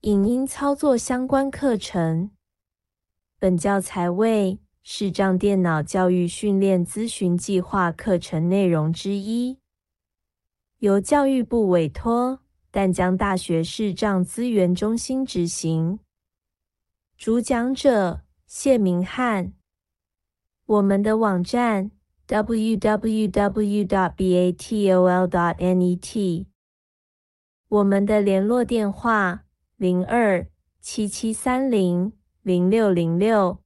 影音操作相关课程。本教材为视障电脑教育训练咨询计划课程内容之一，由教育部委托淡江大学视障资源中心执行。主讲者谢明翰。我们的网站 www.batol.net。我们的联络电话02-7730-0606。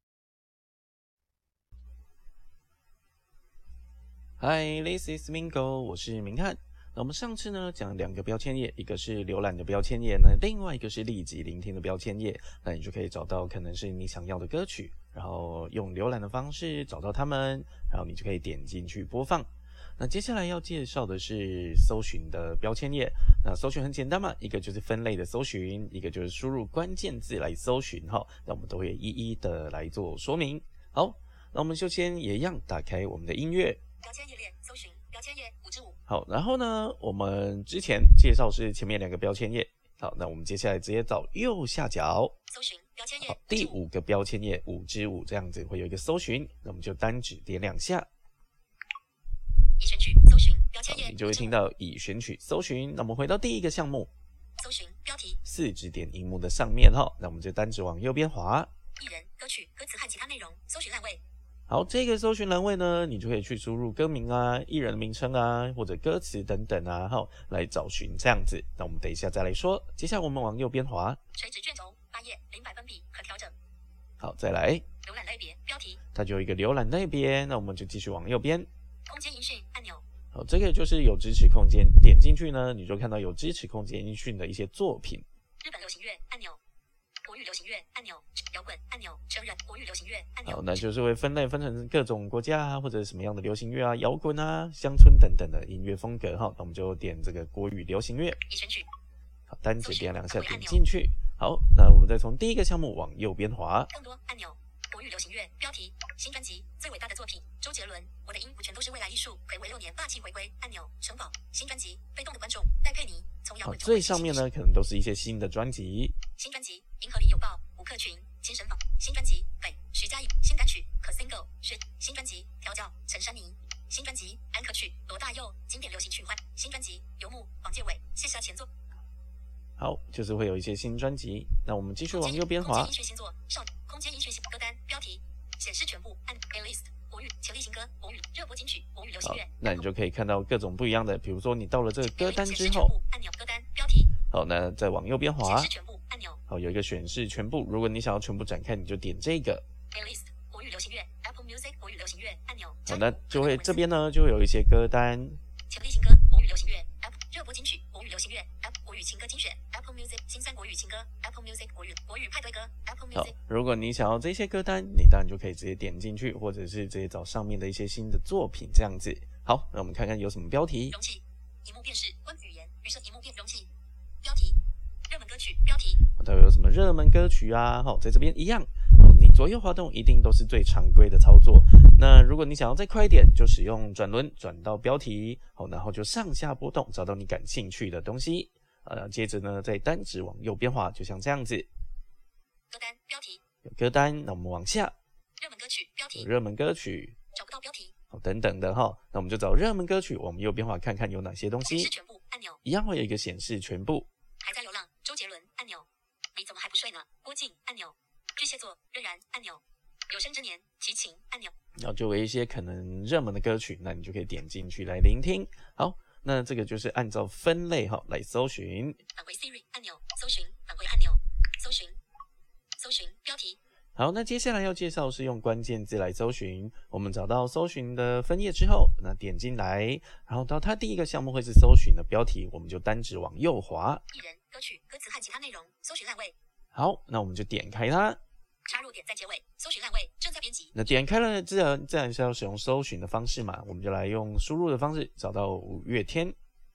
Hi, this is Mingo， 我是明翰。那我们上次呢讲2个标签页，一个是浏览的标签页呢，另外一个是立即聆听的标签页。那你就可以找到可能是你想要的歌曲，然后用浏览的方式找到它们，然后你就可以点进去播放。那接下来要介绍的是搜寻的标签页。那搜寻很简单嘛，一个就是分类的搜寻，一个就是输入关键字来搜寻哈。那我们都会一一的来做说明。好，那我们就先也一样打开我们的音乐。 标签页列搜寻标签页5/5。 好，然后呢，我们之前介绍是前面2个标签页。好，那我们接下来直接找右下角搜寻标签页。 好，第5个标签页5/5这样子会有一个搜寻，那我们就单指点2下。 已选取搜寻标签页， 你就会听到已选取搜寻。那我们回到第1个项目， 搜寻标题 4指点荧幕的上面哈，那我们就单指往右边滑。 艺人、歌曲、歌词和其他内容，搜寻栏位。 好，这个搜寻栏位呢，你就可以去输入歌名啊、艺人的名称啊，或者歌词等等啊，来找寻这样子。那我们等一下再来说。接下来我们往右边滑， 垂直卷轴8页0百分比可调整。 好，再来浏览类别标题， 它就有一个浏览类别，那我们就继续往右边。 空间音讯按钮。 好，这个就是有支持空间，点进去呢，你就看到有支持空间音讯的一些作品。 日本流行乐按钮，国语流行乐按钮，摇滚按钮，成人国语流行乐按钮。 好，那就是会分成各种国家啊，或者什么样的流行乐啊、摇滚啊、乡村等等的音乐风格哈。那我们就点这个国语流行乐， 已选取。 好，单指点2下点进去。好，那我们再从第1个项目往右边滑。 更多按钮，国语流行乐标题，新专辑最伟大的作品，周杰伦，我的音符全都是未来艺术，回味6年霸气回归按钮，城堡新专辑，被动的观众戴佩妮，从摇好， 滚最上面呢可能都是一些新的专辑。 新专辑，银河里有报，吴克群，精神坊，新专辑，北，徐佳莹，新单曲，可 single， 是新专辑，调教，陈珊妮，新专辑，安可曲，罗大佑，经典流行曲幻，新专辑，游牧，王建伟，卸下前作。 好，就是会有一些新专辑。那我们继续往右边滑。 空间音乐新作，空间音乐新歌单标题，显示全部按 playlist， 国语潜力新歌，国语热播金曲，国语流行乐。 那你就可以看到各种不一样的，比如说你到了这个歌单之后， 按钮歌单标题。 好，那再往右边滑。 显示全部按钮。 好，有一个显示全部，如果你想要全部展开，你就点这个。 playlist 国语流行乐 Apple Music 国语流行乐按钮。 好，那就会这边呢就会有一些歌单。 潜力新歌，国语流行乐 Apple 热播金曲，国语流行乐 Apple 国语情歌精选 Apple Music 新3国语情歌 Apple Music 国语派对歌 Apple Music。 好，如果你想要这些歌单，你当然就可以直接点进去，或者是直接找上面的一些新的作品这样子。好，那我们看看有什么标题。 容器，萤幕辨识，关语言，预设萤幕辨容器。标题，热门歌曲标题。 它有什么热门歌曲啊？好，在这边一样。你左右滑动一定都是最常规的操作。那如果你想要再快一点，就使用转轮转到标题，好，然后就上下波动，找到你感兴趣的东西。接着呢，再单指往右边滑，就像这样子。 歌单标题有歌单，那我们往下。 热门歌曲标题。 有热门歌曲。 找不到标题。 好，等等的哈。那我们就找热门歌曲，往右边滑看看有哪些东西。 显示全部按钮。 一样会有一个显示全部。 还在流浪，周杰伦按钮。你怎么还不睡呢？郭靖按钮。巨蟹座仍然按钮。有生之年齐秦按钮。 然后就有一些可能热门的歌曲，那你就可以点进去来聆听。好，那这个就是按照分类来搜寻。 返回 Siri 按钮，搜寻，返回按钮，搜寻，搜寻标题。 好，那接下来要介绍是用关键字来搜寻。我们找到搜寻的分页之后，那点进来，然后到它第1个项目会是搜寻的标题，我们就单指往右滑。 艺人、歌曲、歌词和其他内容，搜寻栏位。 好，那我们就点开它。 插入点在结尾，搜寻栏位正在编辑。 那点开了自然是要使用搜寻的方式嘛，我们就来用输入的方式找到5月天。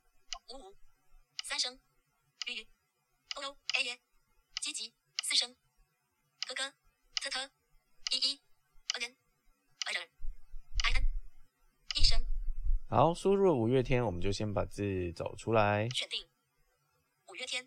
55 3声，吁欧欧 A 耶，积极4声，哥哥特特11 n IN 1声。 好，输入了5月天，我们就先把字找出来。 选定5月天。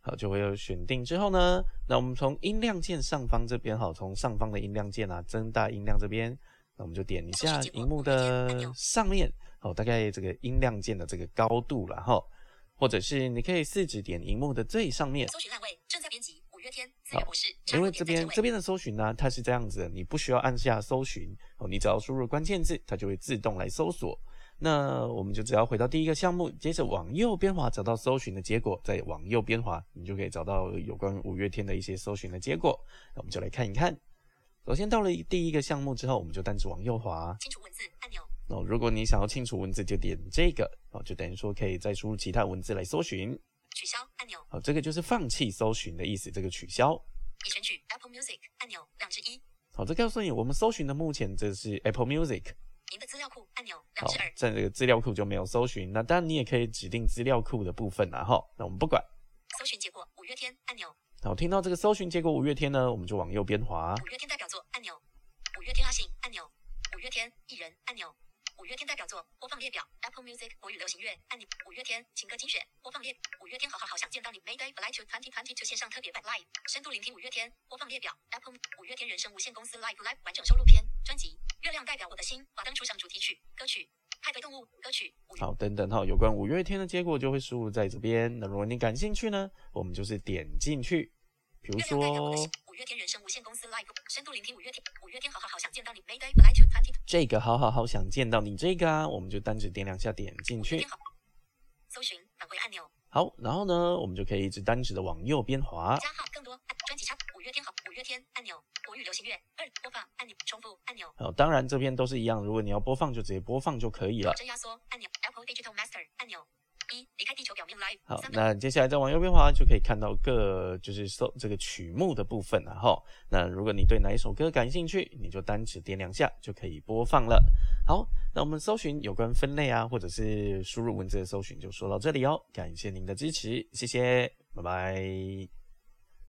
好，就会有选定之后呢，那我们从音量键上方这边，好，从上方的音量键啊，增大音量这边，那我们就点一下荧幕的上面，好，大概这个音量键的这个高度啦，哈，或者是你可以4指点荧幕的最上面。 搜寻栏位正在编辑，五月天，资源模式。 因为这边的搜寻呢，它是这样子的，你不需要按下搜寻，哦，你只要输入关键字，它就会自动来搜索。那我们就只要回到第一个项目，接着往右边滑，找到搜寻的结果，再往右边滑，你就可以找到有关五月天的一些搜寻的结果。那我们就来看一看。首先到了第一个项目之后，我们就单指往右滑， 清除文字按钮。 如果你想要清除文字，就点这个，就等于说可以再输入其他文字来搜寻。 取消按钮。 这个就是放弃搜寻的意思，这个取消。 已选取 Apple Music 按钮2之1。 好，这告诉你我们搜寻的目前这是 Apple Music。 您的资料库按钮好， 2之2。 在这个资料库就没有搜寻，那当然你也可以指定资料库的部分啦，那我们不管。 搜寻结果五月天按钮。 好，听到这个搜寻结果五月天呢，我们就往右边滑。 五月天代表作按钮。五月天阿信按钮。五月天艺人按钮。五月天代表作播放列表 Apple Music 国语流行乐按钮。五月天情歌精选播放列。五月天好想见到你 Mayday Fly to 2022线上特别版 Live 深度聆听五月天播放列表 Apple 五月天人生无限公司 Live 完整收录篇专辑月亮代表我的心华灯初上主题曲歌曲派对动物歌曲。 好，等等有关五月天的结果就会输入在这边。那如果你感兴趣呢，我们就是点进去。比如说五月天人生无限公司 Live 深度聆听五月天好想见到你 Mayday Fly to 2022 这个好想见到你这个啊，我们就单指点2下点进去。 搜寻返回按钮。 好，然后呢，我们就可以一直单指的往右边滑。 加号更多专辑插五月天五月天按钮国语流行乐2播放按钮重复按钮。 好，当然这边都是一样，如果你要播放就直接播放就可以了。 真压缩按钮 Apple Digital Master 按钮。离开地球表面 Live。 好，那接下来再往右边滑，就可以看到就是这个曲目的部分了哈。那如果你对哪一首歌感兴趣，你就单指点2下就可以播放了。好，那我们搜寻有关分类啊，或者是输入文字的搜寻就说到这里哦。感谢您的支持，谢谢，拜拜。